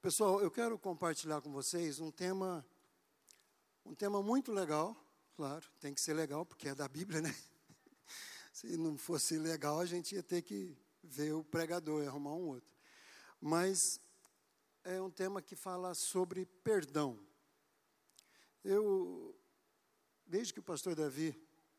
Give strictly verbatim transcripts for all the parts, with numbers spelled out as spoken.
Pessoal, eu quero compartilhar com vocês um tema, um tema muito legal, claro, tem que ser legal, porque é da Bíblia, né? Se não fosse legal, a gente ia ter que ver o pregador e arrumar um outro. Mas é um tema que fala sobre perdão. Eu, desde que o pastor Davi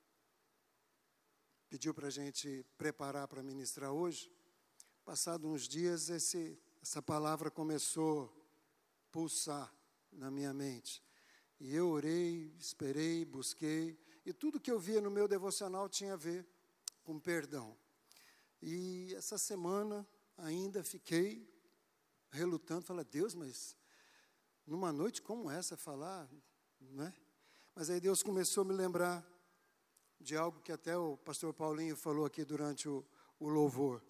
pediu para a gente preparar para ministrar hoje, passado uns dias, esse, essa palavra começou a pulsar na minha mente. E eu orei, esperei, busquei, e tudo que eu via no meu devocional tinha a ver com perdão. E essa semana ainda fiquei relutando, falei, Deus, mas numa noite como essa falar, não é? Mas aí Deus começou a me lembrar de algo que até o pastor Paulinho falou aqui durante o, o louvor.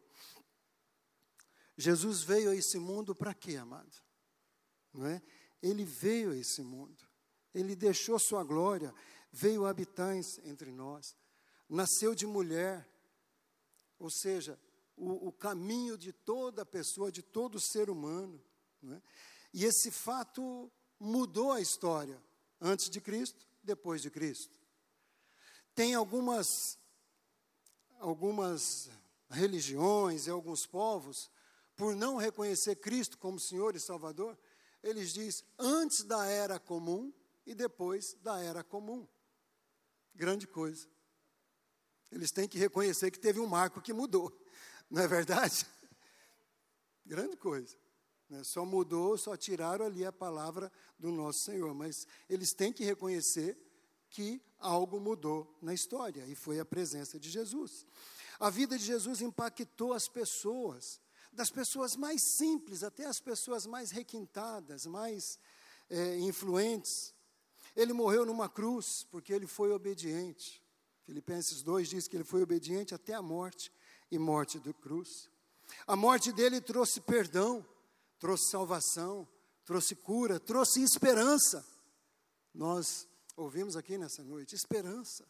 Jesus veio a esse mundo para quê, amado? Não é? Ele veio a esse mundo. Ele deixou sua glória, veio habitar entre nós. Nasceu de mulher, ou seja, o, o caminho de toda pessoa, de todo ser humano. Não é? E esse fato mudou a história, antes de Cristo, depois de Cristo. Tem algumas, algumas religiões e alguns povos, por não reconhecer Cristo como Senhor e Salvador, eles dizem antes da era comum e depois da era comum. Grande coisa. Eles têm que reconhecer que teve um marco que mudou, não é verdade? Grande coisa. Né? Só mudou, só tiraram ali a palavra do nosso Senhor, mas eles têm que reconhecer que algo mudou na história, e foi a presença de Jesus. A vida de Jesus impactou as pessoas, das pessoas mais simples até as pessoas mais requintadas, mais é, influentes. Ele morreu numa cruz porque ele foi obediente. Filipenses dois diz que ele foi obediente até a morte, e morte de cruz. A morte dele trouxe perdão, trouxe salvação, trouxe cura, trouxe esperança. Nós ouvimos aqui nessa noite, esperança.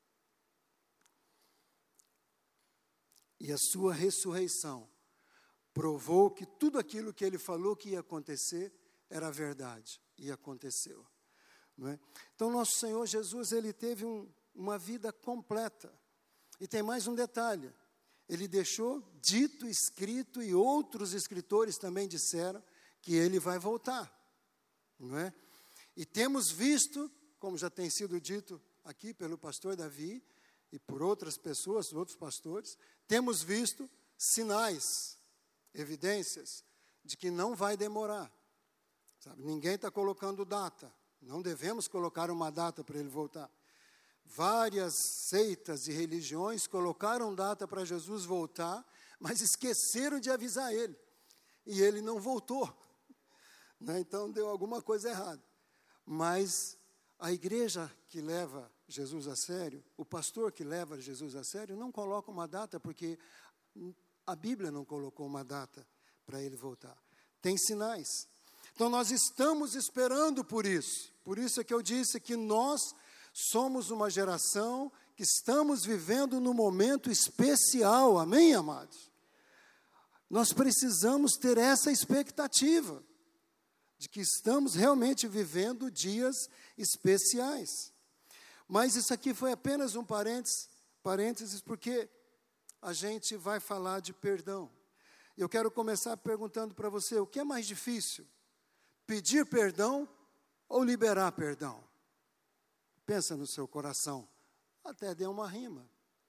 E a sua ressurreição provou que tudo aquilo que ele falou que ia acontecer era verdade, e aconteceu. Não é? Então, nosso Senhor Jesus, ele teve um, uma vida completa. E tem mais um detalhe, ele deixou dito, escrito, e outros escritores também disseram que ele vai voltar. Não é? E temos visto, como já tem sido dito aqui pelo pastor Davi, e por outras pessoas, outros pastores, temos visto sinais, evidências, de que não vai demorar. Sabe? Ninguém está colocando data, não devemos colocar uma data para ele voltar. Várias seitas e religiões colocaram data para Jesus voltar, mas esqueceram de avisar ele, e ele não voltou. Né? Então deu alguma coisa errada. Mas a igreja que leva Jesus a sério, o pastor que leva Jesus a sério, não coloca uma data, porque a Bíblia não colocou uma data para ele voltar. Tem sinais. Então nós estamos esperando por isso. Por isso é que eu disse que nós somos uma geração que estamos vivendo num momento especial. Amém, amados? Nós precisamos ter essa expectativa de que estamos realmente vivendo dias especiais. Mas isso aqui foi apenas um parênteses, parênteses porque a gente vai falar de perdão. Eu quero começar perguntando para você, o que é mais difícil? Pedir perdão ou liberar perdão? Pensa no seu coração, até dê uma rima.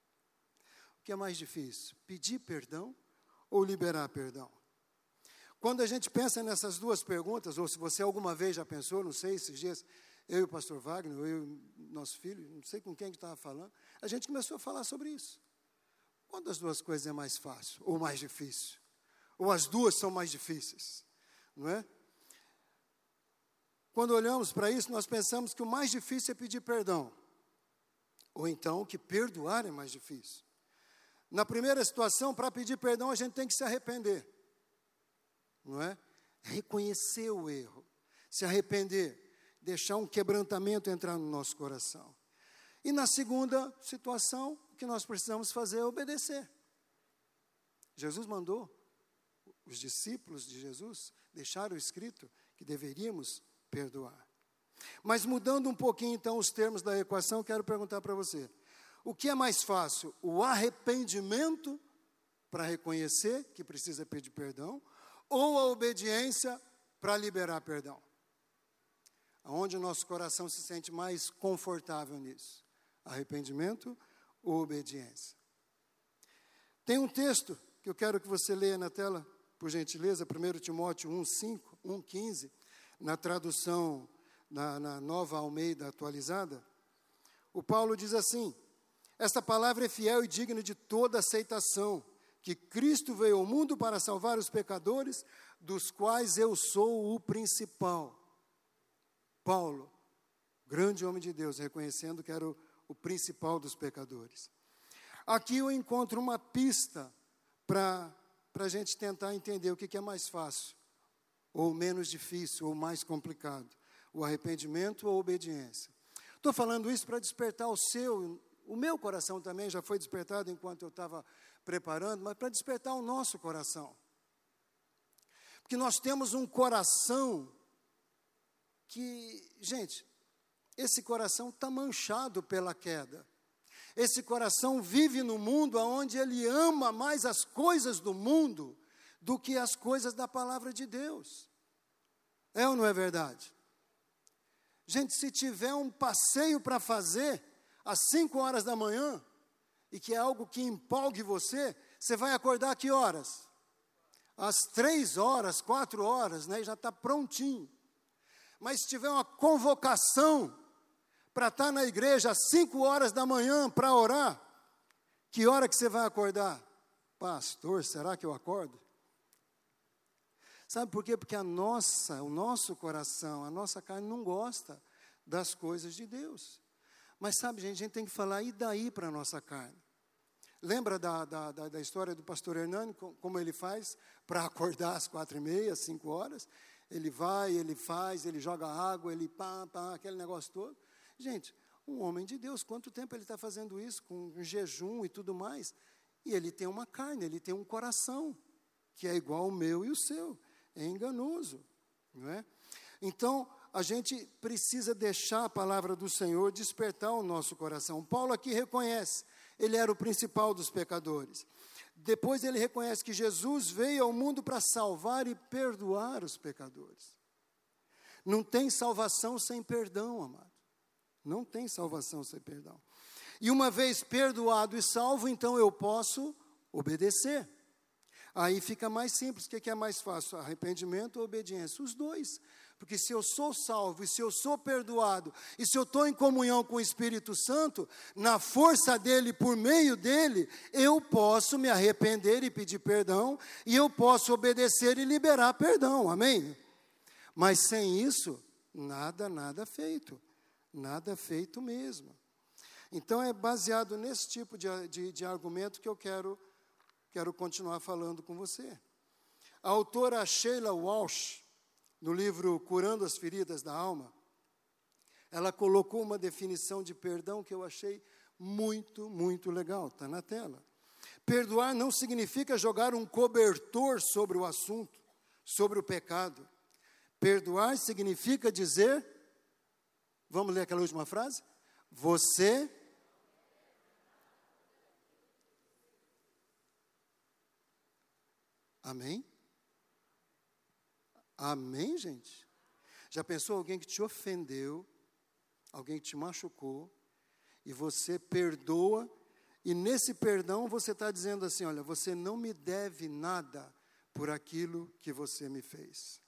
O que é mais difícil? Pedir perdão ou liberar perdão? Quando a gente pensa nessas duas perguntas, ou se você alguma vez já pensou, não sei, esses dias, eu e o pastor Wagner, eu e o nosso filho, não sei com quem que estava falando, a gente começou a falar sobre isso. Qual das duas coisas é mais fácil ou mais difícil? Ou as duas são mais difíceis, não é? Quando olhamos para isso, nós pensamos que o mais difícil é pedir perdão. Ou então que perdoar é mais difícil. Na primeira situação, para pedir perdão, a gente tem que se arrepender. Não é? Reconhecer o erro, se arrepender, deixar um quebrantamento entrar no nosso coração. E na segunda situação, o que nós precisamos fazer é obedecer. Jesus mandou, os discípulos de Jesus deixaram escrito que deveríamos perdoar. Mas mudando um pouquinho então os termos da equação, quero perguntar para você, o que é mais fácil? O arrependimento para reconhecer que precisa pedir perdão, ou a obediência para liberar perdão? Aonde o nosso coração se sente mais confortável nisso? Arrependimento ou obediência? Tem um texto que eu quero que você leia na tela, por gentileza, primeiro Timóteo um, cinco, um, quinze, na tradução, na, na Nova Almeida atualizada. O Paulo diz assim: esta palavra é fiel e digna de toda aceitação, que Cristo veio ao mundo para salvar os pecadores, dos quais eu sou o principal. Paulo, grande homem de Deus, reconhecendo que era o, o principal dos pecadores. Aqui eu encontro uma pista para a gente tentar entender o que, que é mais fácil, ou menos difícil, ou mais complicado, o arrependimento ou a obediência. Estou falando isso para despertar o seu, o meu coração também já foi despertado enquanto eu estava preparando, mas para despertar o nosso coração. Porque nós temos um coração que, gente, esse coração está manchado pela queda. Esse coração vive no mundo onde ele ama mais as coisas do mundo do que as coisas da palavra de Deus. É ou não é verdade? Gente, se tiver um passeio para fazer às cinco horas da manhã, e que é algo que empolgue você, você vai acordar a que horas? Às três horas, quatro horas, né? Já está prontinho. Mas se tiver uma convocação para estar na igreja às cinco horas da manhã para orar, que hora que você vai acordar? Pastor, será que eu acordo? Sabe por quê? Porque a nossa, o nosso coração, a nossa carne não gosta das coisas de Deus. Mas sabe, gente, a gente tem que falar, e daí para a nossa carne? Lembra da, da, da, da história do pastor Hernani, como ele faz para acordar às quatro e meia, cinco horas? Ele vai, ele faz, ele joga água, ele pá, pá, aquele negócio todo. Gente, um homem de Deus, quanto tempo ele está fazendo isso, com um jejum e tudo mais? E ele tem uma carne, ele tem um coração, que é igual ao meu e o seu. É enganoso, não é? Então, a gente precisa deixar a palavra do Senhor despertar o nosso coração. Paulo aqui reconhece, ele era o principal dos pecadores. Depois ele reconhece que Jesus veio ao mundo para salvar e perdoar os pecadores. Não tem salvação sem perdão, amado. Não tem salvação sem perdão. E uma vez perdoado e salvo, então eu posso obedecer. Aí fica mais simples. O que é mais fácil? Arrependimento ou obediência? Os dois. Porque se eu sou salvo, e se eu sou perdoado, e se eu estou em comunhão com o Espírito Santo, na força dele, por meio dele, eu posso me arrepender e pedir perdão, e eu posso obedecer e liberar perdão, amém? Mas sem isso, nada, nada feito, nada feito mesmo. Então é baseado nesse tipo de, de, de argumento que eu quero, quero continuar falando com você. A autora Sheila Walsh, no livro Curando as Feridas da Alma, ela colocou uma definição de perdão que eu achei muito, muito legal, está na tela. Perdoar não significa jogar um cobertor sobre o assunto, sobre o pecado. Perdoar significa dizer, vamos ler aquela última frase? Você... Amém? Amém, gente? Já pensou alguém que te ofendeu, alguém que te machucou, e você perdoa, e nesse perdão você está dizendo assim, olha, você não me deve nada por aquilo que você me fez.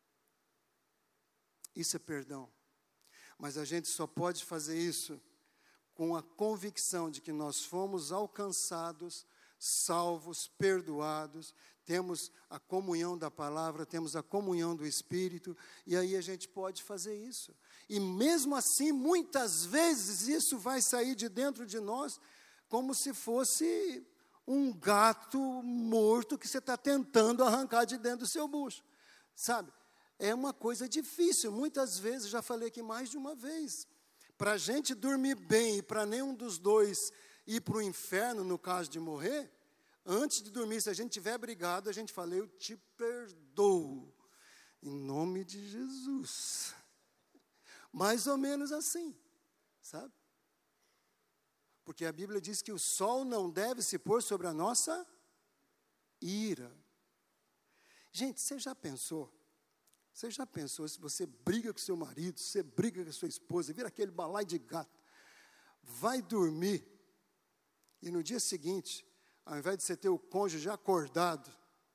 Isso é perdão. Mas a gente só pode fazer isso com a convicção de que nós fomos alcançados, salvos, perdoados, temos a comunhão da palavra, temos a comunhão do Espírito, e aí a gente pode fazer isso. E mesmo assim, muitas vezes, isso vai sair de dentro de nós como se fosse um gato morto que você está tentando arrancar de dentro do seu bucho. Sabe? É uma coisa difícil, muitas vezes, já falei aqui mais de uma vez. Para a gente dormir bem e para nenhum dos dois ir para o inferno, no caso de morrer, Antes de dormir, se a gente tiver brigado, a gente fala, eu te perdoo. Em nome de Jesus. Mais ou menos assim, sabe? Porque a Bíblia diz que o sol não deve se pôr sobre a nossa ira. Gente, você já pensou? Você já pensou se você briga com seu marido, você briga com a sua esposa, vira aquele balaio de gato, vai dormir, e no dia seguinte, ao invés de você ter o cônjuge acordado,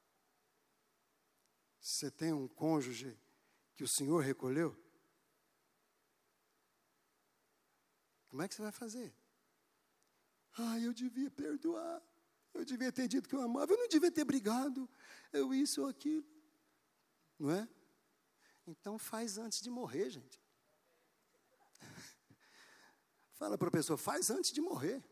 você tem um cônjuge que o Senhor recolheu? Como é que você vai fazer? Ah, eu devia perdoar, eu devia ter dito que eu amava, eu não devia ter brigado, eu isso ou aquilo, não é? Então faz antes de morrer, gente. Fala para a pessoa, faz antes de morrer.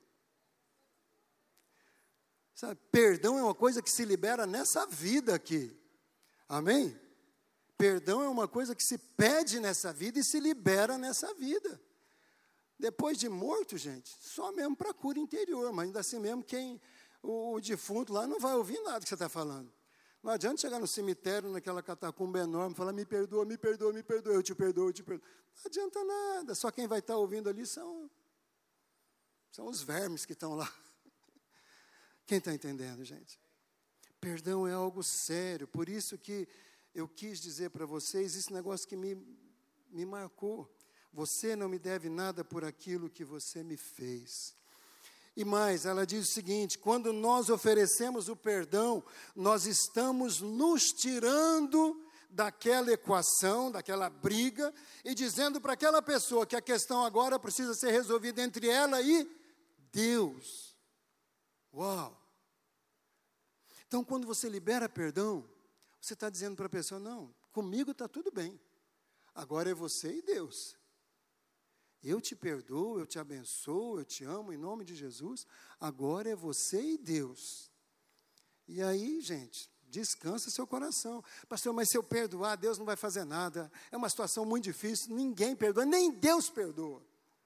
Sabe, perdão é uma coisa que se libera nessa vida aqui. Amém? Perdão é uma coisa que se pede nessa vida e se libera nessa vida. Depois de morto, gente, só mesmo para cura interior, mas ainda assim mesmo quem, o, o defunto lá não vai ouvir nada que você está falando. Não adianta chegar no cemitério, naquela catacumba enorme, e falar, me perdoa, me perdoa, me perdoa, eu te perdoo, eu te perdoo. Não adianta nada, só quem vai estar ouvindo ali são, são os vermes que estão lá. Quem está entendendo, gente? Perdão é algo sério, por isso que eu quis dizer para vocês, esse negócio que me, me marcou. Você não me deve nada por aquilo que você me fez. E mais, ela diz o seguinte, quando nós oferecemos o perdão, nós estamos nos tirando daquela equação, daquela briga, e dizendo para aquela pessoa que a questão agora precisa ser resolvida entre ela e Deus. Uau! Então, quando você libera perdão, você está dizendo para a pessoa, não, comigo está tudo bem, agora é você e Deus. Eu te perdoo, eu te abençoo, eu te amo em nome de Jesus, agora é você e Deus. E aí, gente, descansa seu coração. Pastor, mas se eu perdoar, Deus não vai fazer nada, é uma situação muito difícil, ninguém perdoa, nem Deus perdoa.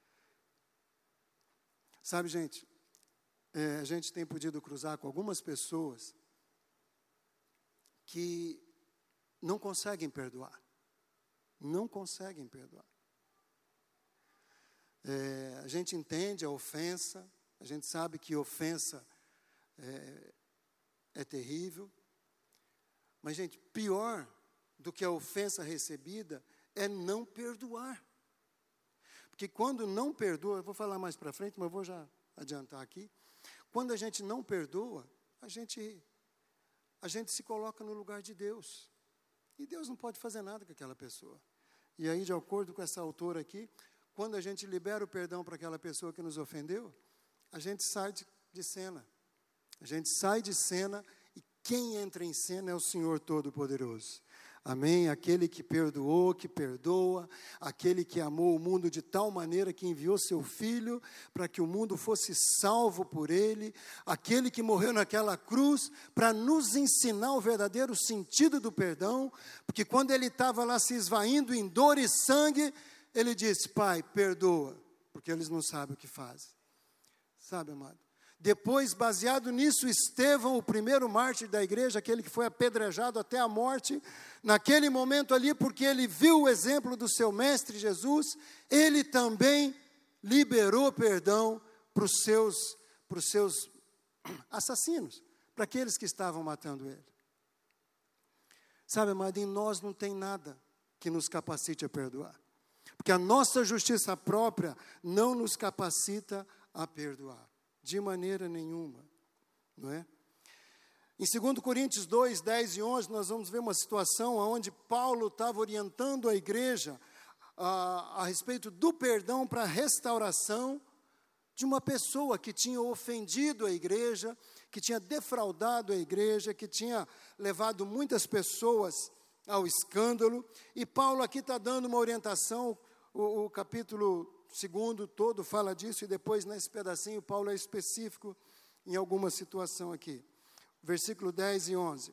Sabe, gente, é, a gente tem podido cruzar com algumas pessoas que não conseguem perdoar, não conseguem perdoar. É, a gente entende a ofensa, a gente sabe que ofensa é, é terrível, mas, gente, pior do que a ofensa recebida é não perdoar. Porque quando não perdoa, eu vou falar mais para frente, mas eu vou já adiantar aqui, quando a gente não perdoa, a gente, a gente se coloca no lugar de Deus, e Deus não pode fazer nada com aquela pessoa. E aí, de acordo com essa autora aqui, quando a gente libera o perdão para aquela pessoa que nos ofendeu, a gente sai de, de cena. A gente sai de cena e quem entra em cena é o Senhor Todo-Poderoso. Amém? Aquele que perdoou, que perdoa, aquele que amou o mundo de tal maneira que enviou seu Filho para que o mundo fosse salvo por ele, aquele que morreu naquela cruz para nos ensinar o verdadeiro sentido do perdão, porque quando ele estava lá se esvaindo em dor e sangue, ele disse, Pai, perdoa, porque eles não sabem o que fazem. Sabe, amado? Depois, baseado nisso, Estevão, o primeiro mártir da igreja, aquele que foi apedrejado até a morte, naquele momento ali, porque ele viu o exemplo do seu mestre Jesus, ele também liberou perdão para os seus, para os seus assassinos, para aqueles que estavam matando ele. Sabe, amado, em nós não tem nada que nos capacite a perdoar. Porque a nossa justiça própria não nos capacita a perdoar, de maneira nenhuma, não é? Em dois Coríntios dois, dez e onze, nós vamos ver uma situação onde Paulo estava orientando a igreja a, a respeito do perdão para a restauração de uma pessoa que tinha ofendido a igreja, que tinha defraudado a igreja, que tinha levado muitas pessoas ao escândalo, e Paulo aqui está dando uma orientação, o, o capítulo segundo todo fala disso, e depois nesse pedacinho Paulo é específico em alguma situação aqui. Versículo dez e onze.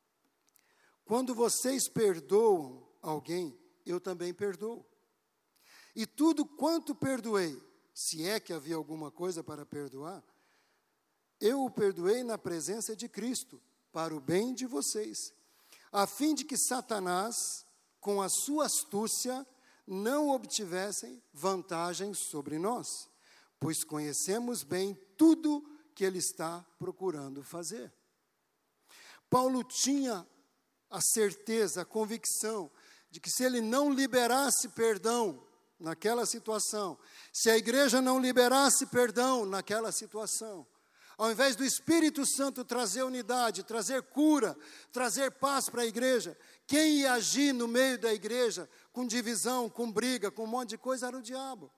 Quando vocês perdoam alguém, eu também perdoo. E tudo quanto perdoei, se é que havia alguma coisa para perdoar, eu o perdoei na presença de Cristo, para o bem de vocês, a fim de que Satanás, com a sua astúcia, não obtivessem vantagem sobre nós, pois conhecemos bem tudo que ele está procurando fazer. Paulo tinha a certeza, a convicção, de que se ele não liberasse perdão naquela situação, se a igreja não liberasse perdão naquela situação, ao invés do Espírito Santo trazer unidade, trazer cura, trazer paz para a igreja, quem ia agir no meio da igreja com divisão, com briga, com um monte de coisa, era o diabo.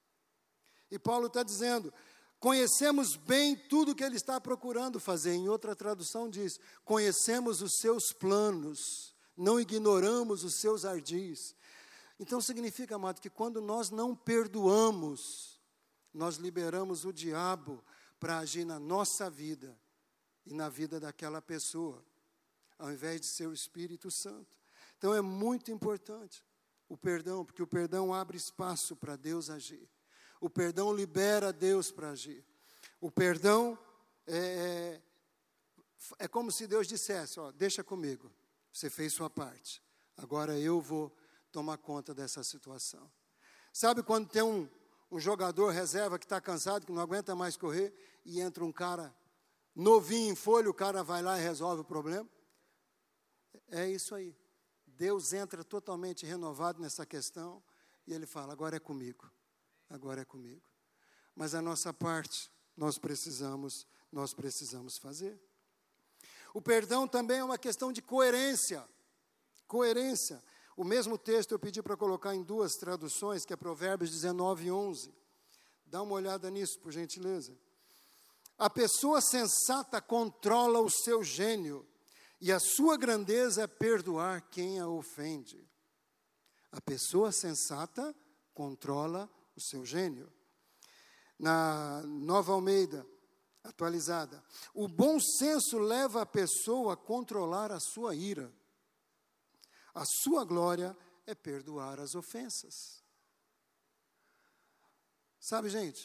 E Paulo está dizendo, conhecemos bem tudo que ele está procurando fazer. Em outra tradução diz, conhecemos os seus planos, não ignoramos os seus ardis. Então significa, amado, que quando nós não perdoamos, nós liberamos o diabo para agir na nossa vida e na vida daquela pessoa, ao invés de ser o Espírito Santo. Então é muito importante o perdão, porque o perdão abre espaço para Deus agir. O perdão libera Deus para agir. O perdão é, é, é como se Deus dissesse, ó, deixa comigo, você fez sua parte, agora eu vou tomar conta dessa situação. Sabe quando tem um um jogador reserva que está cansado, que não aguenta mais correr, e entra um cara novinho em folha, o cara vai lá e resolve o problema? É isso aí. Deus entra totalmente renovado nessa questão, e ele fala, agora é comigo, agora é comigo. Mas a nossa parte, nós precisamos, nós precisamos fazer. O perdão também é uma questão de coerência, coerência. O mesmo texto eu pedi para colocar em duas traduções, que é Provérbios dezenove, onze. Dá uma olhada nisso, por gentileza. A pessoa sensata controla o seu gênio, e a sua grandeza é perdoar quem a ofende. A pessoa sensata controla o seu gênio. Na Nova Almeida, atualizada, o bom senso leva a pessoa a controlar a sua ira. A sua glória é perdoar as ofensas. Sabe, gente,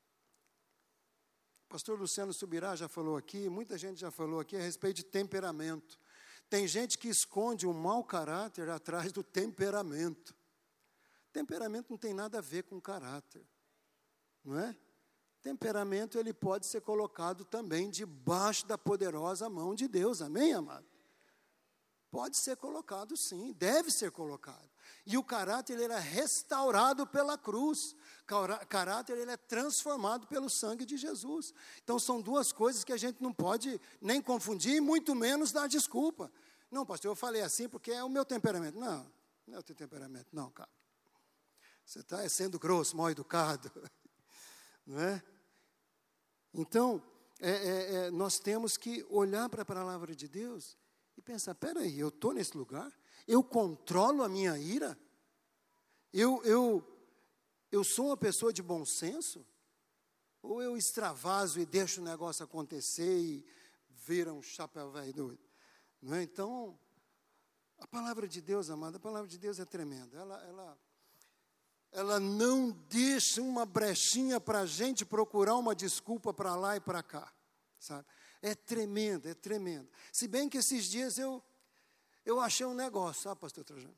o pastor Luciano Subirá já falou aqui, muita gente já falou aqui a respeito de temperamento. Tem gente que esconde um mau caráter atrás do temperamento. Temperamento não tem nada a ver com caráter, não é? Temperamento, ele pode ser colocado também debaixo da poderosa mão de Deus, amém, amado? Pode ser colocado sim, deve ser colocado. E o caráter, ele é restaurado pela cruz. Caráter, ele é transformado pelo sangue de Jesus. Então, são duas coisas que a gente não pode nem confundir, e muito menos dar desculpa. Não, pastor, eu falei assim porque é o meu temperamento. Não, não é o teu temperamento, não, cara. Você está sendo grosso, mal educado. Não é? Então, é, é, é, nós temos que olhar para a palavra de Deus e pensar, peraí, eu estou nesse lugar? Eu controlo a minha ira? Eu, eu, eu sou uma pessoa de bom senso? Ou eu extravaso e deixo o negócio acontecer e vira um chapéu velho doido? Não é? Então, a palavra de Deus, amada, a palavra de Deus é tremenda. Ela, ela, ela não deixa uma brechinha para a gente procurar uma desculpa para lá e para cá, sabe? É tremendo, é tremendo. Se bem que esses dias eu, eu achei um negócio, sabe, pastor Trajano?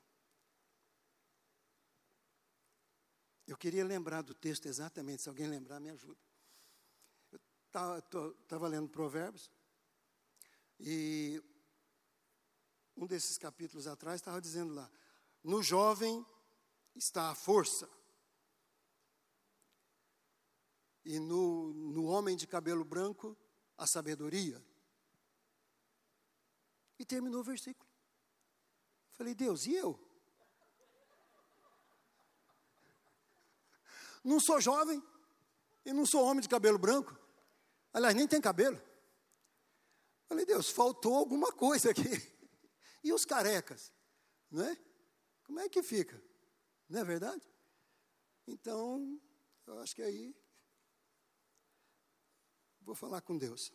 Eu queria lembrar do texto exatamente, se alguém lembrar, me ajuda. Eu estava lendo Provérbios, e um desses capítulos atrás estava dizendo lá, no jovem está a força, e no, no homem de cabelo branco, a sabedoria. E terminou o versículo. Falei, Deus, e eu? Não sou jovem, e não sou homem de cabelo branco. Aliás, nem tem cabelo. Falei, Deus, faltou alguma coisa aqui. E os carecas? Não é? Como é que fica? Não é verdade? Então, eu acho que aí vou falar com Deus.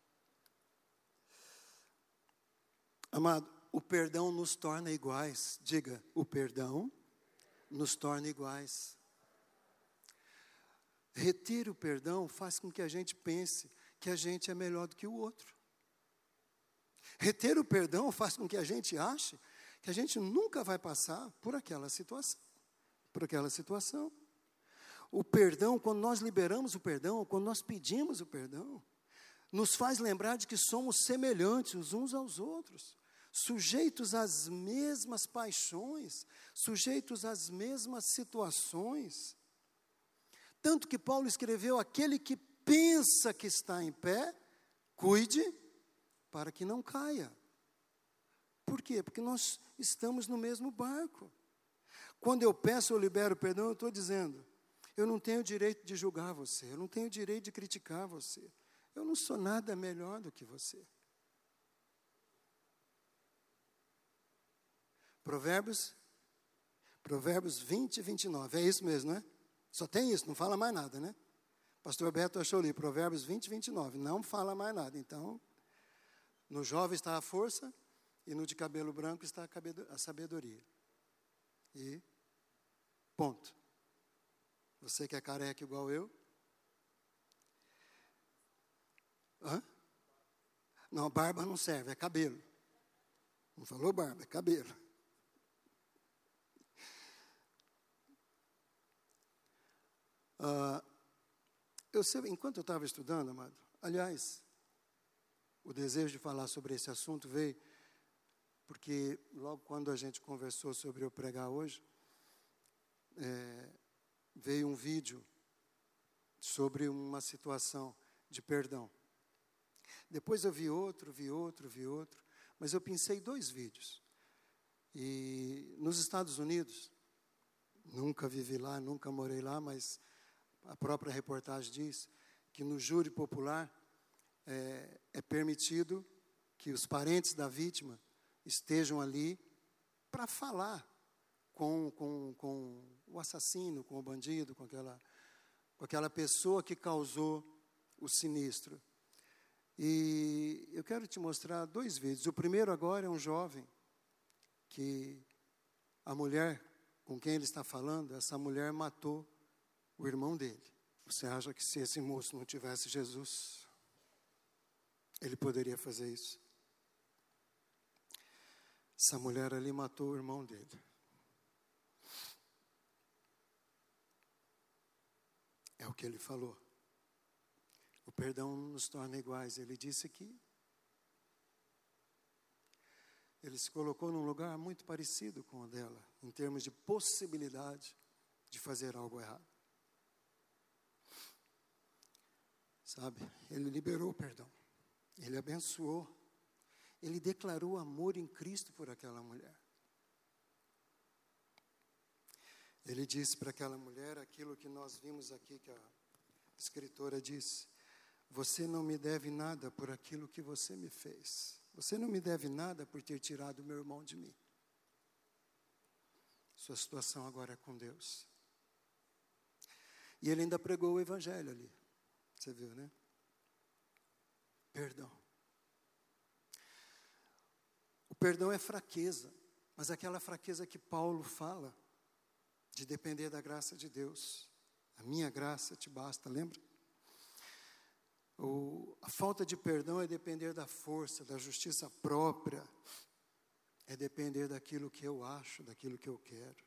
Amado, o perdão nos torna iguais. Diga, o perdão nos torna iguais. Reter o perdão faz com que a gente pense que a gente é melhor do que o outro. Reter o perdão faz com que a gente ache que a gente nunca vai passar por aquela situação. Por aquela situação. O perdão, quando nós liberamos o perdão, quando nós pedimos o perdão, nos faz lembrar de que somos semelhantes uns aos outros, sujeitos às mesmas paixões, sujeitos às mesmas situações. Tanto que Paulo escreveu: aquele que pensa que está em pé, cuide para que não caia. Por quê? Porque nós estamos no mesmo barco. Quando eu peço ou libero perdão, eu estou dizendo: eu não tenho direito de julgar você, eu não tenho direito de criticar você, eu não sou nada melhor do que você. Provérbios, Provérbios vinte, vinte e nove, é isso mesmo, né? Só tem isso, não fala mais nada, né? Pastor Beto achou ali, Provérbios vinte, vinte e nove, não fala mais nada. Então, no jovem está a força e no de cabelo branco está a sabedoria. E ponto. Você que é careca igual eu? Hã? Não, barba não serve, é cabelo. Não falou barba, é cabelo. Ah, eu sei, enquanto eu estava estudando, amado, aliás, o desejo de falar sobre esse assunto veio porque logo quando a gente conversou sobre eu pregar hoje, é, veio um vídeo sobre uma situação de perdão. Depois eu vi outro, vi outro, vi outro, mas eu pensei dois vídeos. E nos Estados Unidos, nunca vivi lá, nunca morei lá, mas a própria reportagem diz que no júri popular é, é permitido que os parentes da vítima estejam ali para falar com, com, com o assassino, com o bandido, com aquela, com aquela pessoa que causou o sinistro. E eu quero te mostrar dois vídeos. O primeiro agora é um jovem que a mulher com quem ele está falando, essa mulher matou o irmão dele. Você acha que se esse moço não tivesse Jesus, ele poderia fazer isso? Essa mulher ali matou o irmão dele. É o que ele falou. O perdão nos torna iguais. Ele disse que ele se colocou num lugar muito parecido com o dela, em termos de possibilidade de fazer algo errado. Sabe? Ele liberou o perdão. Ele abençoou. Ele declarou amor em Cristo por aquela mulher. Ele disse para aquela mulher aquilo que nós vimos aqui, que a escritora disse: você não me deve nada por aquilo que você me fez. Você não me deve nada por ter tirado meu irmão de mim. Sua situação agora é com Deus. E ele ainda pregou o evangelho ali. Você viu, né? Perdão. O perdão é fraqueza, mas aquela fraqueza que Paulo fala, de depender da graça de Deus. A minha graça te basta, lembra? O, a falta de perdão é depender da força, da justiça própria, é depender daquilo que eu acho, daquilo que eu quero.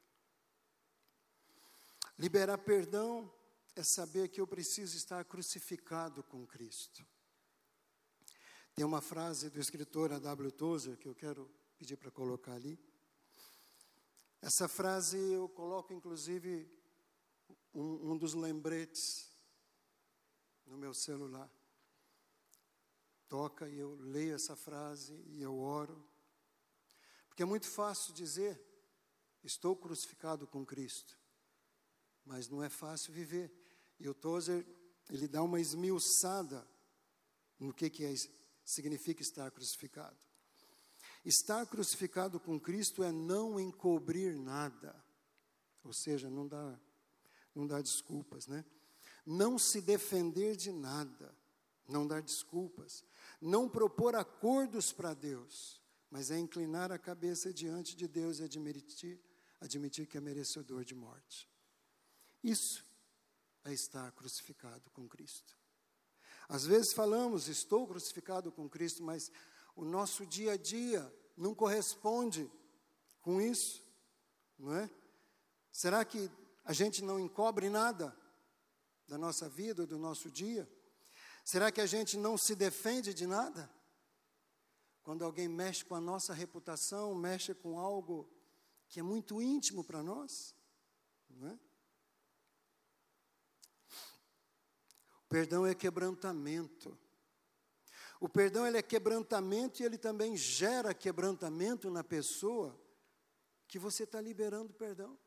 Liberar perdão é saber que eu preciso estar crucificado com Cristo. Tem uma frase do escritor A W Tozer que eu quero pedir para colocar ali. Essa frase eu coloco, inclusive, um, um dos lembretes no meu celular. Toca e eu leio essa frase e eu oro. Porque é muito fácil dizer, estou crucificado com Cristo. Mas não é fácil viver. E o Tozer, ele dá uma esmiuçada no que, que é, significa estar crucificado. Estar crucificado com Cristo é não encobrir nada. Ou seja, não dá, não dá desculpas, né? Não se defender de nada. Não dar desculpas. Não propor acordos para Deus. Mas é inclinar a cabeça diante de Deus e admitir, admitir que é merecedor de morte. Isso é estar crucificado com Cristo. Às vezes falamos, estou crucificado com Cristo, mas o nosso dia a dia não corresponde com isso, não é? Será que a gente não encobre nada da nossa vida, do nosso dia? Será que a gente não se defende de nada? Quando alguém mexe com a nossa reputação, mexe com algo que é muito íntimo para nós, não é? O perdão é quebrantamento. O perdão ele é quebrantamento e ele também gera quebrantamento na pessoa que você está liberando perdão.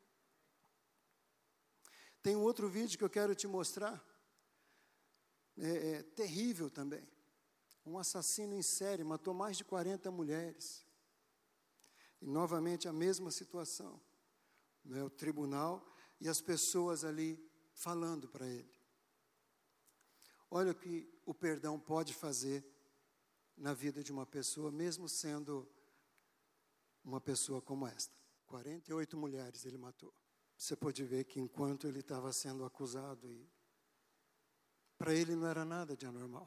Tem um outro vídeo que eu quero te mostrar. É, é terrível também. Um assassino em série matou mais de quarenta mulheres. E novamente a mesma situação. Né? O tribunal e as pessoas ali falando para ele. Olha o que o perdão pode fazer na vida de uma pessoa, mesmo sendo uma pessoa como esta. quarenta e oito mulheres ele matou. Você pode ver que enquanto ele estava sendo acusado, e para ele não era nada de anormal.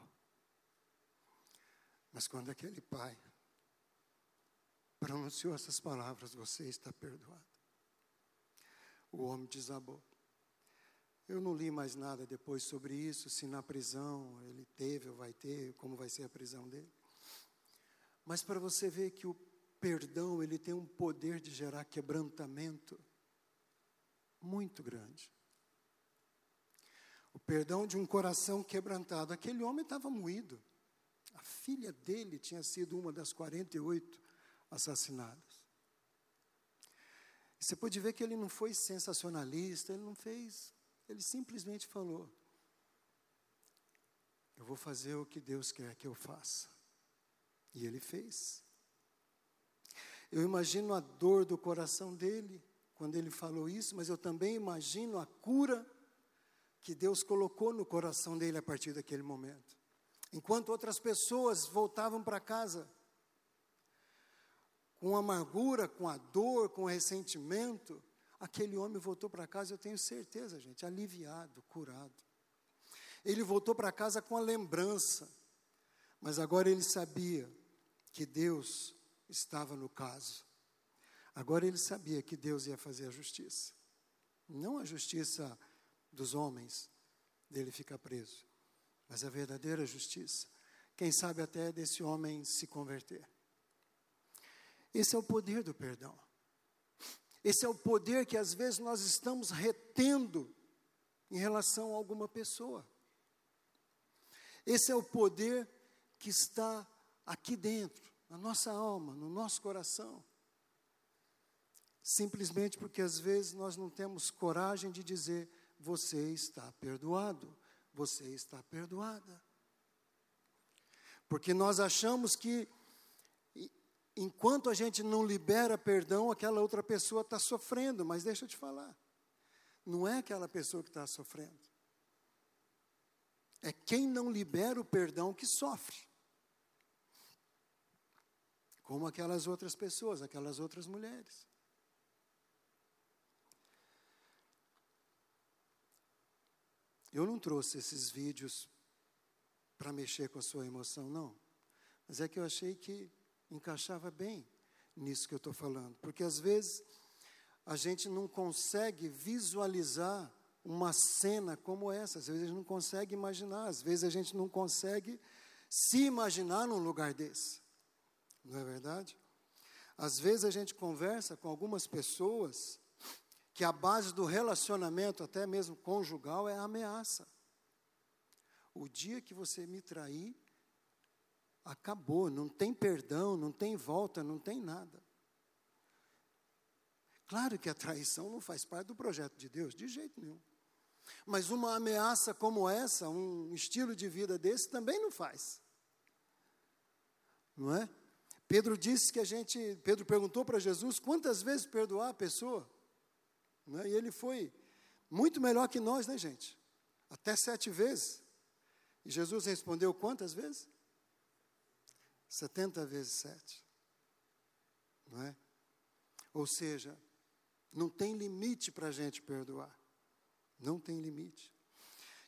Mas quando aquele pai pronunciou essas palavras, você está perdoado, o homem desabou. Eu não li mais nada depois sobre isso, se na prisão ele teve ou vai ter, como vai ser a prisão dele. Mas para você ver que o perdão, ele tem um poder de gerar quebrantamento muito grande. O perdão de um coração quebrantado. Aquele homem estava moído. A filha dele tinha sido uma das quarenta e oito assassinadas. Você pode ver que ele não foi sensacionalista, ele não fez... Ele simplesmente falou, eu vou fazer o que Deus quer que eu faça. E ele fez. Eu imagino a dor do coração dele, quando ele falou isso, mas eu também imagino a cura que Deus colocou no coração dele a partir daquele momento. Enquanto outras pessoas voltavam para casa, com amargura, com a dor, com ressentimento, aquele homem voltou para casa, eu tenho certeza, gente, aliviado, curado. Ele voltou para casa com a lembrança, mas agora ele sabia que Deus estava no caso. Agora ele sabia que Deus ia fazer a justiça. Não a justiça dos homens, dele ficar preso, mas a verdadeira justiça. Quem sabe até desse homem se converter. Esse é o poder do perdão. Esse é o poder que às vezes nós estamos retendo em relação a alguma pessoa. Esse é o poder que está aqui dentro, na nossa alma, no nosso coração. Simplesmente porque às vezes nós não temos coragem de dizer, você está perdoado, você está perdoada. Porque nós achamos que enquanto a gente não libera perdão, aquela outra pessoa está sofrendo. Mas deixa eu te falar, não é aquela pessoa que está sofrendo. É quem não libera o perdão que sofre. Como aquelas outras pessoas, aquelas outras mulheres. Eu não trouxe esses vídeos para mexer com a sua emoção, não. Mas é que eu achei que encaixava bem nisso que eu estou falando. Porque às vezes a gente não consegue visualizar uma cena como essa. Às vezes a gente não consegue imaginar. Às vezes a gente não consegue se imaginar num lugar desse. Não é verdade? Às vezes a gente conversa com algumas pessoas que a base do relacionamento, até mesmo conjugal, é a ameaça. O dia que você me trair, acabou, não tem perdão, não tem volta, não tem nada. Claro que a traição não faz parte do projeto de Deus, de jeito nenhum. Mas uma ameaça como essa, um estilo de vida desse, também não faz. Não é? Pedro disse que a gente, Pedro perguntou para Jesus, quantas vezes perdoar a pessoa? Não é? E ele foi muito melhor que nós, né, gente? Até sete vezes. E Jesus respondeu quantas vezes? setenta vezes sete. Não é? Ou seja, não tem limite para a gente perdoar. Não tem limite.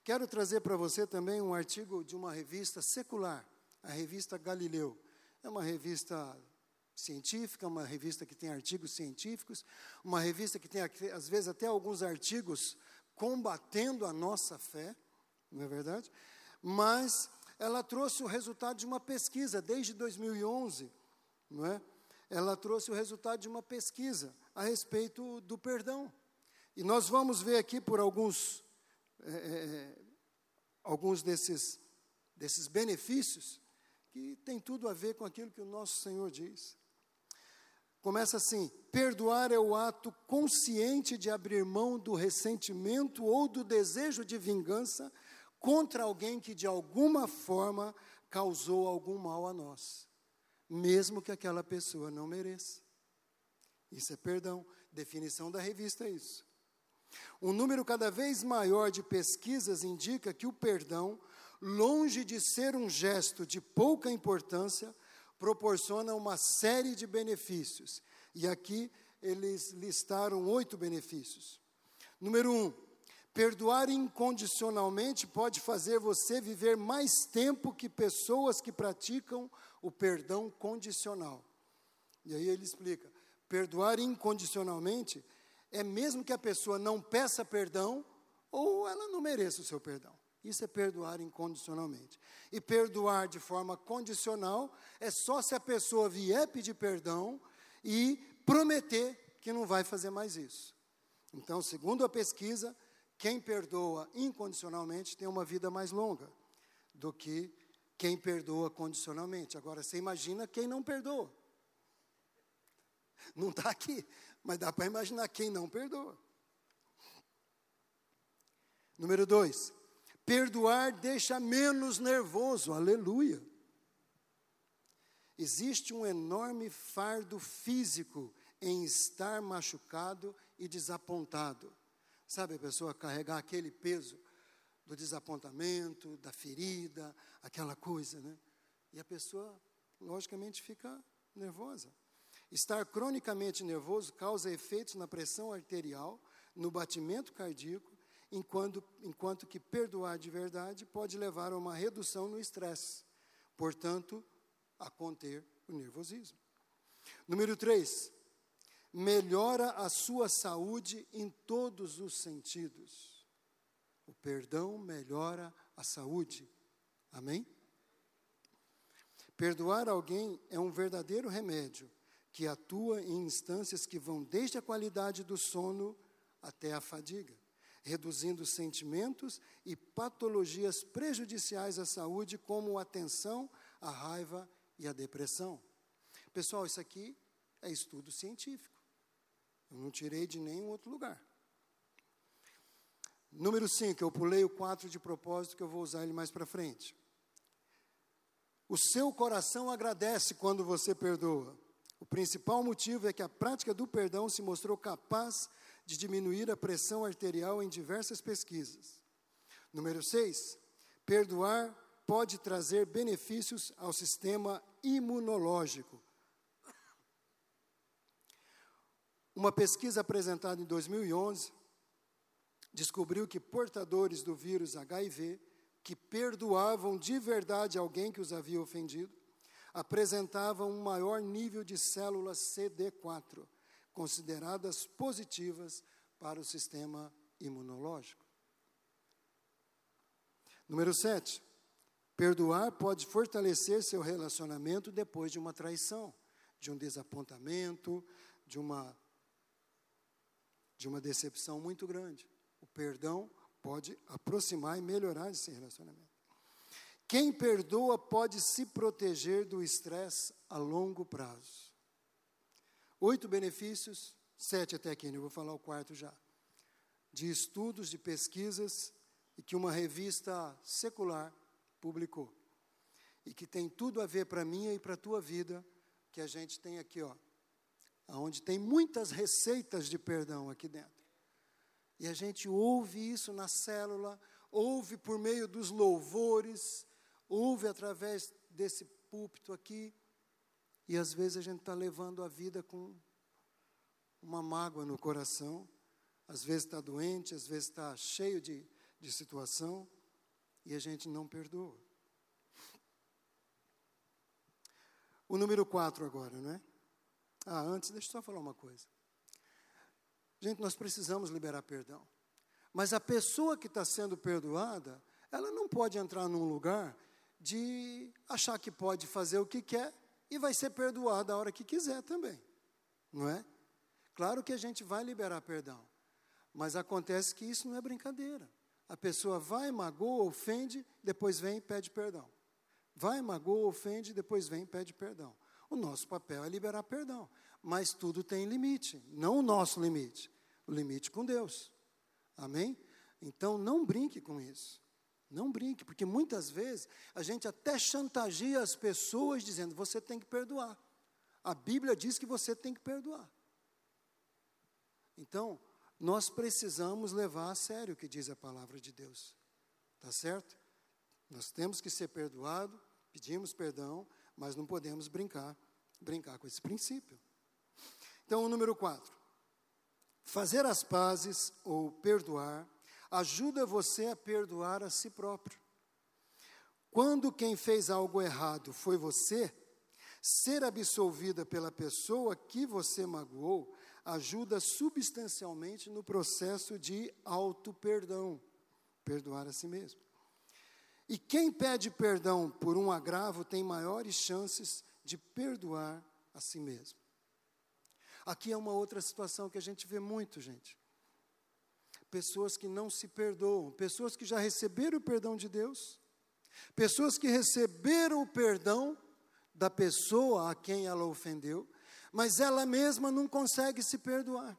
Quero trazer para você também um artigo de uma revista secular, a revista Galileu. É uma revista científica, uma revista que tem artigos científicos, uma revista que tem, às vezes, até alguns artigos combatendo a nossa fé, não é verdade? Mas ela trouxe o resultado de uma pesquisa, desde dois mil e onze, não é? Ela trouxe o resultado de uma pesquisa a respeito do perdão. E nós vamos ver aqui por alguns, é, alguns desses, desses benefícios que tem tudo a ver com aquilo que o nosso Senhor diz. Começa assim: perdoar é o ato consciente de abrir mão do ressentimento ou do desejo de vingança contra alguém que de alguma forma causou algum mal a nós, mesmo que aquela pessoa não mereça. Isso é perdão. Definição da revista é isso. Um número cada vez maior de pesquisas indica que o perdão, longe de ser um gesto de pouca importância, proporciona uma série de benefícios. E aqui eles listaram oito benefícios. Número um, perdoar incondicionalmente pode fazer você viver mais tempo que pessoas que praticam o perdão condicional. E aí ele explica, perdoar incondicionalmente é mesmo que a pessoa não peça perdão ou ela não mereça o seu perdão. Isso é perdoar incondicionalmente. E perdoar de forma condicional é só se a pessoa vier pedir perdão e prometer que não vai fazer mais isso. Então, segundo a pesquisa, quem perdoa incondicionalmente tem uma vida mais longa do que quem perdoa condicionalmente. Agora, você imagina quem não perdoa. Não está aqui, mas dá para imaginar quem não perdoa. Número dois, perdoar deixa menos nervoso, aleluia. Existe um enorme fardo físico em estar machucado e desapontado. Sabe, a pessoa carregar aquele peso do desapontamento, da ferida, aquela coisa, né? E a pessoa, logicamente, fica nervosa. Estar cronicamente nervoso causa efeitos na pressão arterial, no batimento cardíaco, enquanto, enquanto que perdoar de verdade pode levar a uma redução no estresse, portanto, a conter o nervosismo. Número três, melhora a sua saúde em todos os sentidos. O perdão melhora a saúde. Amém? Perdoar alguém é um verdadeiro remédio que atua em instâncias que vão desde a qualidade do sono até a fadiga, reduzindo sentimentos e patologias prejudiciais à saúde, como a tensão, a raiva e a depressão. Pessoal, isso aqui é estudo científico. Eu não tirei de nenhum outro lugar. Número cinco, eu pulei o quatro de propósito, que eu vou usar ele mais para frente. O seu coração agradece quando você perdoa. O principal motivo é que a prática do perdão se mostrou capaz de diminuir a pressão arterial em diversas pesquisas. Número seis, perdoar pode trazer benefícios ao sistema imunológico. Uma pesquisa apresentada em dois mil e onze descobriu que portadores do vírus H I V, que perdoavam de verdade alguém que os havia ofendido, apresentavam um maior nível de células C D quatro, consideradas positivas para o sistema imunológico. Número sete, perdoar pode fortalecer seu relacionamento depois de uma traição, de um desapontamento, de uma, de uma decepção muito grande. O perdão pode aproximar e melhorar esse relacionamento. Quem perdoa pode se proteger do estresse a longo prazo. Oito benefícios, sete até aqui, eu vou falar o quarto já. De estudos, de pesquisas, e que uma revista secular publicou. E que tem tudo a ver para a minha e para a tua vida, que a gente tem aqui, ó. Onde tem muitas receitas de perdão aqui dentro. E a gente ouve isso na célula, ouve por meio dos louvores, ouve através desse púlpito aqui, e às vezes a gente está levando a vida com uma mágoa no coração, às vezes está doente, às vezes está cheio de, de situação, e a gente não perdoa. O número quatro agora, não é? Ah, antes, deixa eu só falar uma coisa. Gente, nós precisamos liberar perdão. Mas a pessoa que está sendo perdoada, ela não pode entrar num lugar de achar que pode fazer o que quer e vai ser perdoada a hora que quiser também, não é? Claro que a gente vai liberar perdão, mas acontece que isso não é brincadeira. A pessoa vai, magoa, ofende, depois vem e pede perdão. Vai, magoa, ofende, depois vem e pede perdão. O nosso papel é liberar perdão, mas tudo tem limite, não o nosso limite, o limite com Deus. Amém? Então não brinque com isso. Não brinque, porque muitas vezes a gente até chantageia as pessoas dizendo, você tem que perdoar. A Bíblia diz que você tem que perdoar. Então, nós precisamos levar a sério o que diz a palavra de Deus. Tá certo? Nós temos que ser perdoados, pedimos perdão, mas não podemos brincar, brincar com esse princípio. Então, o número quatro. Fazer as pazes ou perdoar ajuda você a perdoar a si próprio. Quando quem fez algo errado foi você, ser absolvida pela pessoa que você magoou ajuda substancialmente no processo de auto-perdão, perdoar a si mesmo. E quem pede perdão por um agravo tem maiores chances de perdoar a si mesmo. Aqui é uma outra situação que a gente vê muito, gente. Pessoas que não se perdoam, pessoas que já receberam o perdão de Deus, pessoas que receberam o perdão da pessoa a quem ela ofendeu, mas ela mesma não consegue se perdoar.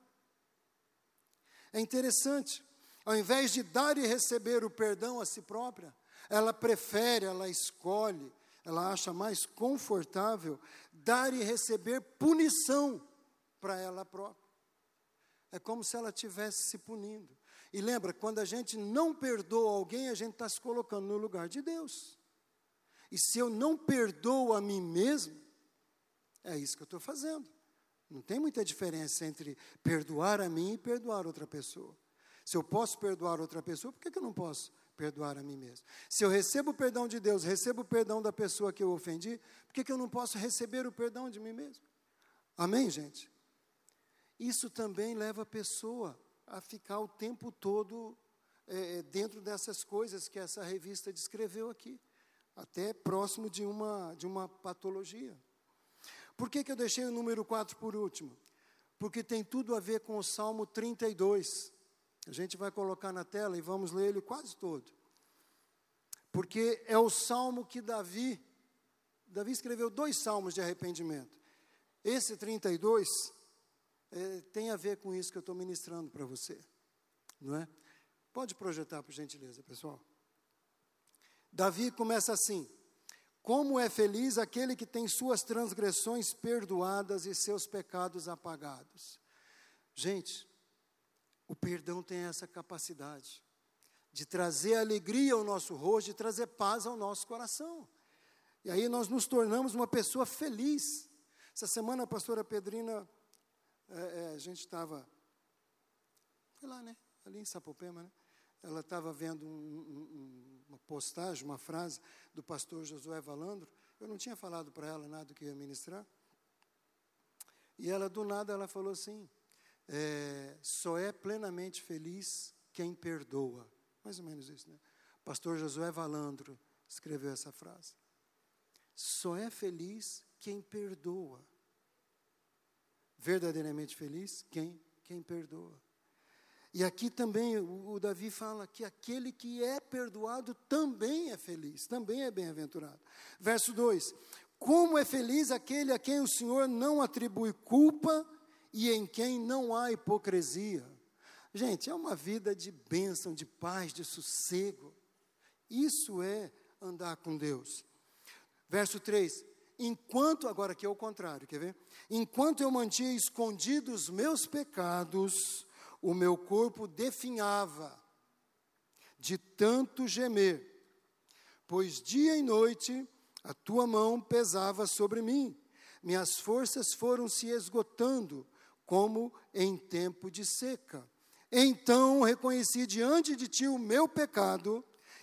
É interessante, ao invés de dar e receber o perdão a si própria, ela prefere, ela escolhe, ela acha mais confortável dar e receber punição para ela própria. É como se ela estivesse se punindo. E lembra, quando a gente não perdoa alguém, a gente está se colocando no lugar de Deus. E se eu não perdoo a mim mesmo, é isso que eu estou fazendo. Não tem muita diferença entre perdoar a mim e perdoar outra pessoa. Se eu posso perdoar outra pessoa, por que, que eu não posso perdoar a mim mesmo? Se eu recebo o perdão de Deus, recebo o perdão da pessoa que eu ofendi, por que, que eu não posso receber o perdão de mim mesmo? Amém, gente? Isso também leva a pessoa a ficar o tempo todo é, dentro dessas coisas que essa revista descreveu aqui, até próximo de uma, de uma patologia. Por que, que eu deixei o número quatro por último? Porque tem tudo a ver com o Salmo trinta e dois. A gente vai colocar na tela e vamos ler ele quase todo. Porque é o salmo que Davi, Davi escreveu dois salmos de arrependimento. Esse trinta e dois é, tem a ver com isso que eu estou ministrando para você. Não é? Pode projetar, por gentileza, pessoal. Davi começa assim: como é feliz aquele que tem suas transgressões perdoadas e seus pecados apagados. Gente, o perdão tem essa capacidade de trazer alegria ao nosso rosto, de trazer paz ao nosso coração. E aí nós nos tornamos uma pessoa feliz. Essa semana a pastora Pedrina, é, é, a gente estava, foi lá, né? Ali em Sapopema, né? Ela estava vendo um, um, uma postagem, uma frase do pastor Josué Valandro. Eu não tinha falado para ela nada do que ia ministrar. E ela, do nada, ela falou assim, é, só é plenamente feliz quem perdoa. Mais ou menos isso, né? Pastor Josué Valandro escreveu essa frase. Só é feliz quem perdoa. Verdadeiramente feliz quem, quem perdoa. E aqui também o, o Davi fala que aquele que é perdoado também é feliz, também é bem-aventurado. Verso dois, como é feliz aquele a quem o Senhor não atribui culpa e em quem não há hipocrisia. Gente, é uma vida de bênção, de paz, de sossego. Isso é andar com Deus. Verso três, enquanto, agora aqui é o contrário, quer ver? Enquanto eu mantinha escondidos os meus pecados, o meu corpo definhava de tanto gemer, pois dia e noite a tua mão pesava sobre mim. Minhas forças foram se esgotando, como em tempo de seca. Então reconheci diante de ti o meu pecado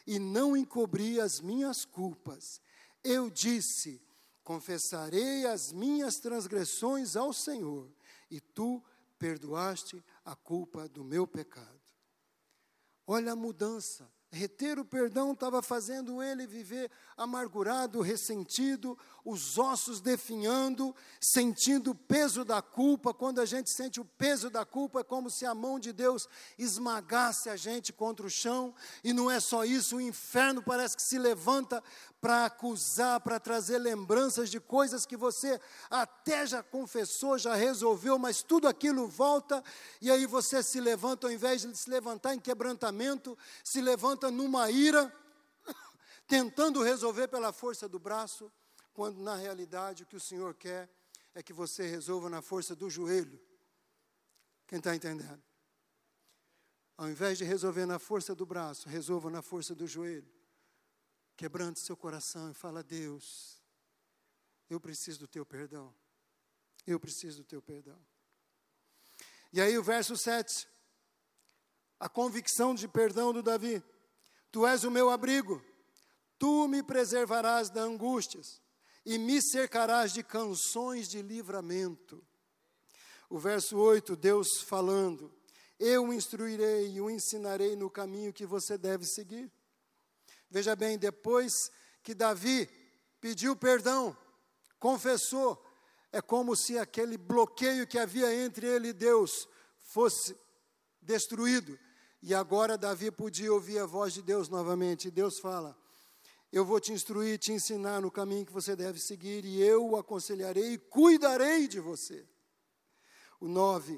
e não encobri as minhas culpas. Eu disse, confessarei as minhas transgressões ao Senhor, e tu perdoaste a culpa do meu pecado. Olha a mudança. Reter o perdão estava fazendo ele viver amargurado, ressentido, os ossos definhando, sentindo o peso da culpa. Quando a gente sente o peso da culpa, é como se a mão de Deus esmagasse a gente contra o chão. E não é só isso, o inferno parece que se levanta para acusar, para trazer lembranças de coisas que você até já confessou, já resolveu, mas tudo aquilo volta, e aí você se levanta, ao invés de se levantar em quebrantamento, se levanta numa ira, tentando resolver pela força do braço, quando na realidade o que o Senhor quer é que você resolva na força do joelho. Quem está entendendo? Ao invés de resolver na força do braço, resolva na força do joelho. Quebrante seu coração e fala, Deus, eu preciso do teu perdão. Eu preciso do teu perdão. E aí o verso sete, a convicção de perdão do Davi. Tu és o meu abrigo, tu me preservarás das angústias e me cercarás de canções de livramento. O verso oito, Deus falando, eu o instruirei e o ensinarei no caminho que você deve seguir. Veja bem, depois que Davi pediu perdão, confessou, é como se aquele bloqueio que havia entre ele e Deus fosse destruído. E agora Davi podia ouvir a voz de Deus novamente. E Deus fala, eu vou te instruir, te ensinar no caminho que você deve seguir, e eu o aconselharei e cuidarei de você. O nove,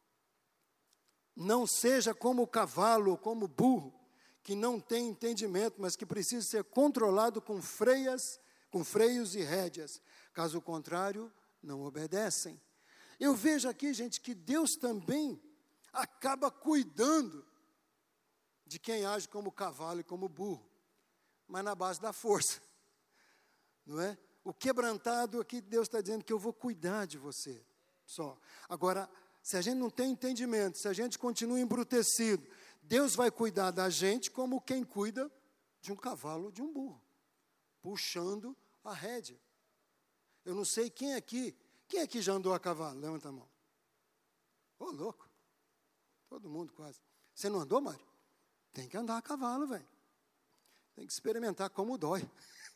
não seja como o cavalo ou como o burro, que não tem entendimento, mas que precisa ser controlado com freias, com freios e rédeas. Caso contrário, não obedecem. Eu vejo aqui, gente, que Deus também acaba cuidando de quem age como cavalo e como burro, mas na base da força, não é? O quebrantado aqui, Deus está dizendo que eu vou cuidar de você, só. Agora, se a gente não tem entendimento, se a gente continua embrutecido, Deus vai cuidar da gente como quem cuida de um cavalo ou de um burro, puxando a rédea. Eu não sei quem aqui, quem aqui já andou a cavalo? Levanta a mão. Ô, louco, todo mundo quase. Você não andou, Mário? Tem que andar a cavalo, velho. Tem que experimentar como dói.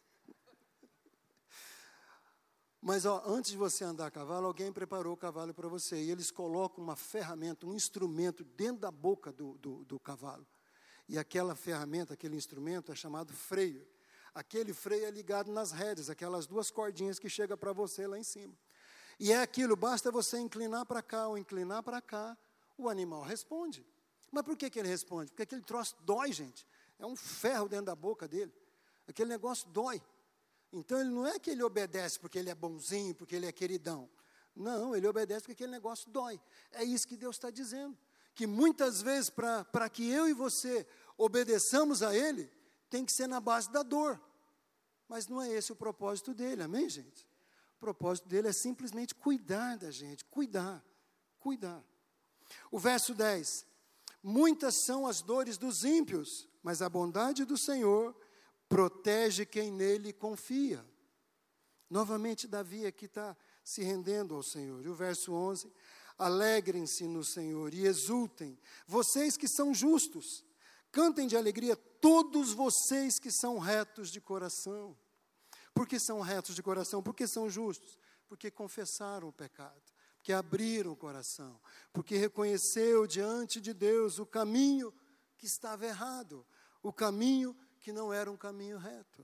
Mas, ó, antes de você andar a cavalo, alguém preparou o cavalo para você. E eles colocam uma ferramenta, um instrumento dentro da boca do, do, do cavalo. E aquela ferramenta, aquele instrumento é chamado freio. Aquele freio é ligado nas rédeas, aquelas duas cordinhas que chegam para você lá em cima. E é aquilo, basta você inclinar para cá ou inclinar para cá, o animal responde. Mas por que, que ele responde? Porque aquele troço dói, gente. É um ferro dentro da boca dele. Aquele negócio dói. Então, ele não é que ele obedece porque ele é bonzinho, porque ele é queridão. Não, ele obedece porque aquele negócio dói. É isso que Deus está dizendo. Que muitas vezes, para que eu e você obedeçamos a Ele, tem que ser na base da dor. Mas não é esse o propósito dele, amém, gente? O propósito dele é simplesmente cuidar da gente, cuidar, cuidar. O verso dez. Muitas são as dores dos ímpios, mas a bondade do Senhor protege quem nele confia. Novamente, Davi aqui está se rendendo ao Senhor. E o verso onze, alegrem-se no Senhor e exultem, vocês que são justos, cantem de alegria todos vocês que são retos de coração. Por que são retos de coração? Porque são justos? Porque confessaram o pecado, porque abriram o coração, porque reconheceu diante de Deus o caminho que estava errado, o caminho que não era um caminho reto.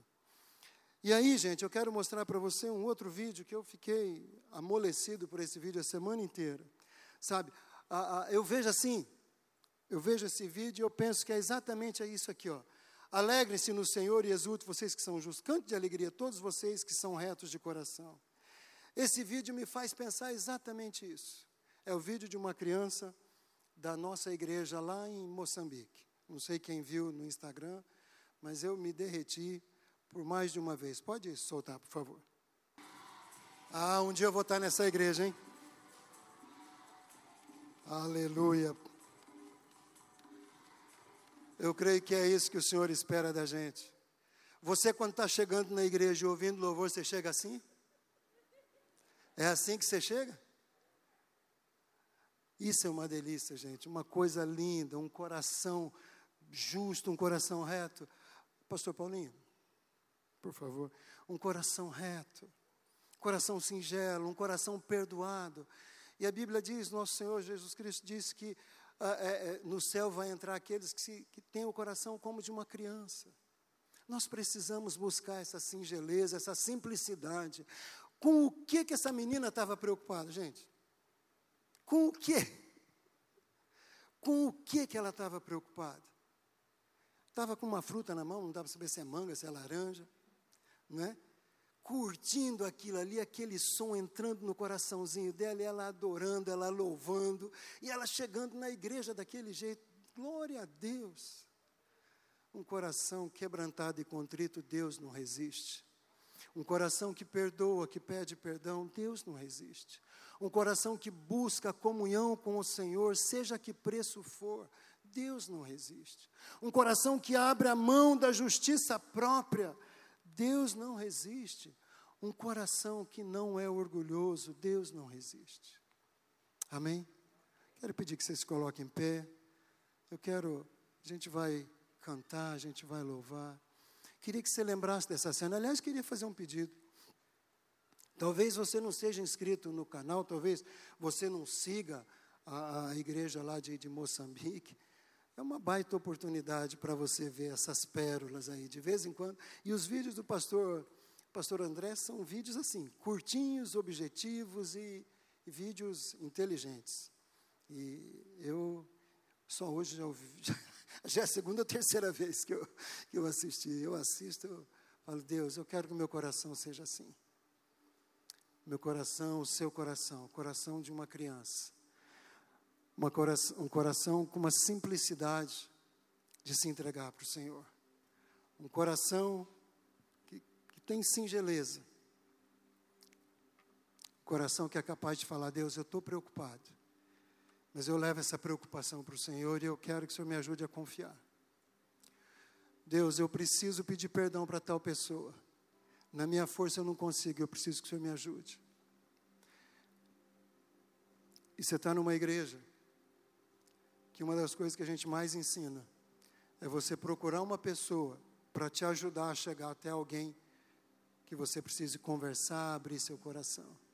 E aí, gente, eu quero mostrar para você um outro vídeo que eu fiquei amolecido por esse vídeo a semana inteira. Sabe, a, a, eu vejo assim, eu vejo esse vídeo e eu penso que é exatamente isso aqui, ó. Alegrem-se no Senhor e exultem vocês que são justos. Cante de alegria todos vocês que são retos de coração. Esse vídeo me faz pensar exatamente isso. É o vídeo de uma criança da nossa igreja lá em Moçambique. Não sei quem viu no Instagram, mas eu me derreti por mais de uma vez. Pode soltar, por favor. Ah, um dia eu vou estar nessa igreja, hein? Aleluia. Eu creio que é isso que o Senhor espera da gente. Você, quando está chegando na igreja e ouvindo louvor, você chega assim? É assim que você chega? Isso é uma delícia, gente, uma coisa linda, um coração justo, um coração reto. Pastor Paulinho, por favor, um coração reto, um coração singelo, um coração perdoado. E a Bíblia diz, nosso Senhor Jesus Cristo diz que ah, é, é, no céu vai entrar aqueles que, se, que têm o coração como de uma criança. Nós precisamos buscar essa singeleza, essa simplicidade. Com o que que essa menina estava preocupada, gente? Com o quê? Com o que que ela estava preocupada? Estava com uma fruta na mão, não dava para saber se é manga, se é laranja, né? Curtindo aquilo ali, aquele som entrando no coraçãozinho dela, e ela adorando, ela louvando, e ela chegando na igreja daquele jeito. Glória a Deus. Um coração quebrantado e contrito, Deus não resiste. Um coração que perdoa, que pede perdão, Deus não resiste. Um coração que busca comunhão com o Senhor, seja que preço for, Deus não resiste. Um coração que abre a mão da justiça própria, Deus não resiste. Um coração que não é orgulhoso, Deus não resiste. Amém? Quero pedir que vocês se coloquem em pé. Eu quero, a gente vai cantar, a gente vai louvar. Queria que você lembrasse dessa cena. Aliás, queria fazer um pedido. Talvez você não seja inscrito no canal, talvez você não siga a, a igreja lá de, de Moçambique. É uma baita oportunidade para você ver essas pérolas aí, de vez em quando. E os vídeos do pastor, pastor André são vídeos assim, curtinhos, objetivos e, e vídeos inteligentes. E eu só hoje já ouvi, já, já é a segunda ou terceira vez que eu, que eu assisti. Eu assisto, eu falo, Deus, eu quero que o meu coração seja assim. Meu coração, o seu coração, o coração de uma criança. Uma coração, um coração com uma simplicidade de se entregar para o Senhor. Um coração que, que tem singeleza. Um coração que é capaz de falar, Deus, eu estou preocupado. Mas eu levo essa preocupação para o Senhor e eu quero que o Senhor me ajude a confiar. Deus, eu preciso pedir perdão para tal pessoa. Na minha força eu não consigo, eu preciso que o Senhor me ajude. E você está numa igreja que uma das coisas que a gente mais ensina é você procurar uma pessoa para te ajudar a chegar até alguém que você precise conversar, abrir seu coração.